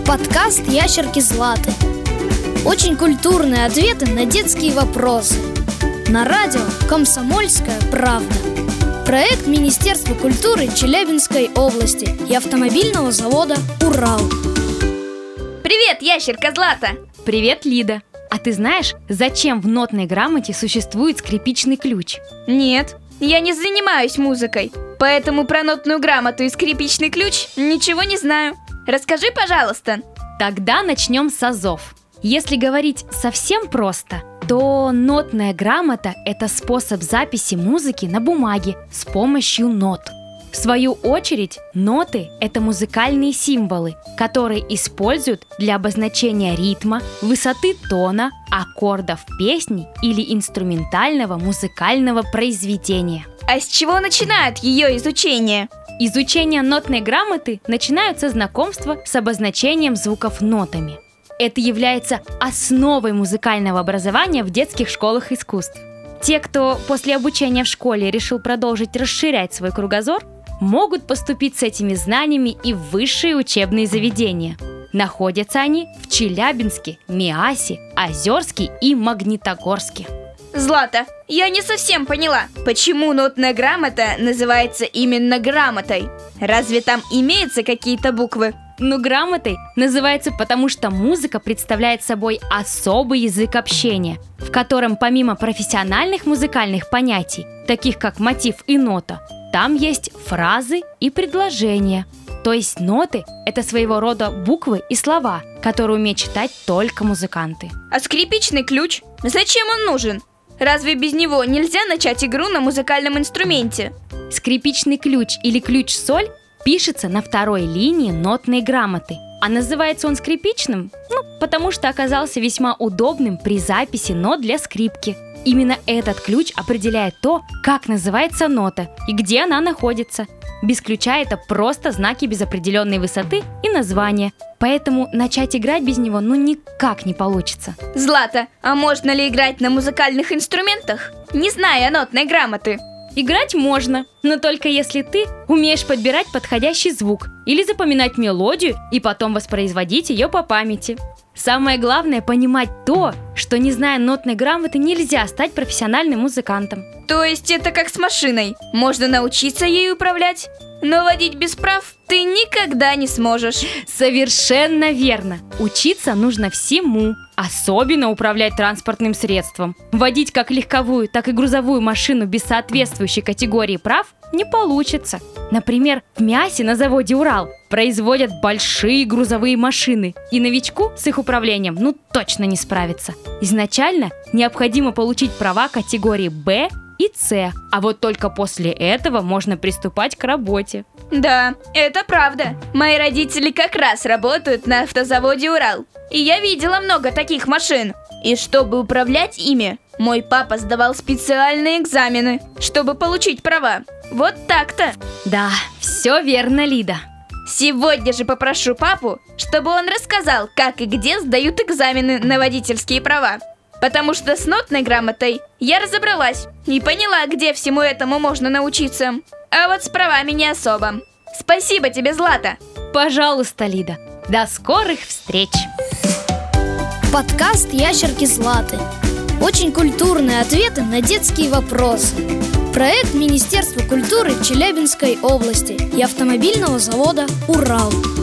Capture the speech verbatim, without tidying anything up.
Подкаст «Ящерки Златы». Очень культурные ответы на детские вопросы. На радио «Комсомольская правда». Проект Министерства культуры Челябинской области и автомобильного завода «Урал». Привет, ящерка Злата! Привет, Лида! А ты знаешь, зачем в нотной грамоте существует скрипичный ключ? Нет, я не занимаюсь музыкой, поэтому про нотную грамоту и скрипичный ключ ничего не знаю. Расскажи, пожалуйста. Тогда начнем с азов. Если говорить совсем просто, то нотная грамота – это способ записи музыки на бумаге с помощью нот. В свою очередь, ноты – это музыкальные символы, которые используют для обозначения ритма, высоты тона, аккордов песни или инструментального музыкального произведения. А с чего начинают ее изучение? Изучение нотной грамоты начинается со знакомства с обозначением звуков нотами. Это является основой музыкального образования в детских школах искусств. Те, кто после обучения в школе решил продолжить расширять свой кругозор, могут поступить с этими знаниями и в высшие учебные заведения. Находятся они в Челябинске, Миасе, Озерске и Магнитогорске. Злата, я не совсем поняла, почему нотная грамота называется именно грамотой? Разве там имеются какие-то буквы? Ну, грамотой называется, потому что музыка представляет собой особый язык общения, в котором помимо профессиональных музыкальных понятий, таких как мотив и нота, там есть фразы и предложения. То есть ноты – это своего рода буквы и слова, которые умеют читать только музыканты. А скрипичный ключ? Зачем он нужен? Разве без него нельзя начать игру на музыкальном инструменте? Скрипичный ключ или ключ-соль пишется на второй линии нотной грамоты. А называется он скрипичным, ну, потому что оказался весьма удобным при записи нот для скрипки. Именно этот ключ определяет то, как называется нота и где она находится. Без ключа это просто знаки без определенной высоты и названия. Поэтому начать играть без него ну никак не получится. Злата, а можно ли играть на музыкальных инструментах, не зная нотной грамоты? Играть можно, но только если ты умеешь подбирать подходящий звук или запоминать мелодию и потом воспроизводить ее по памяти. Самое главное – понимать то, что не зная нотной грамоты нельзя стать профессиональным музыкантом. То есть это как с машиной? Можно научиться ею управлять, но водить без прав ты никогда не сможешь. Совершенно верно. Учиться нужно всему, особенно управлять транспортным средством. Водить как легковую, так и грузовую машину без соответствующей категории прав не получится. Например, в Миасе на заводе «Урал» производят большие грузовые машины, и новичку с их управлением ну точно не справиться. Изначально необходимо получить права категории «Б» и «С», а вот только после этого можно приступать к работе. Да, это правда. Мои родители как раз работают на автозаводе «Урал», и я видела много таких машин. И чтобы управлять ими, мой папа сдавал специальные экзамены, чтобы получить права. Вот так-то. Да, все верно, Лида. Сегодня же попрошу папу, чтобы он рассказал, как и где сдают экзамены на водительские права. Потому что с нотной грамотой я разобралась и поняла, где всему этому можно научиться. А вот с правами не особо. Спасибо тебе, Злата. Пожалуйста, Лида. До скорых встреч. Подкаст «Ящерки Златы». Очень культурные ответы на детские вопросы. Проект Министерства культуры Челябинской области и автомобильного завода «Урал».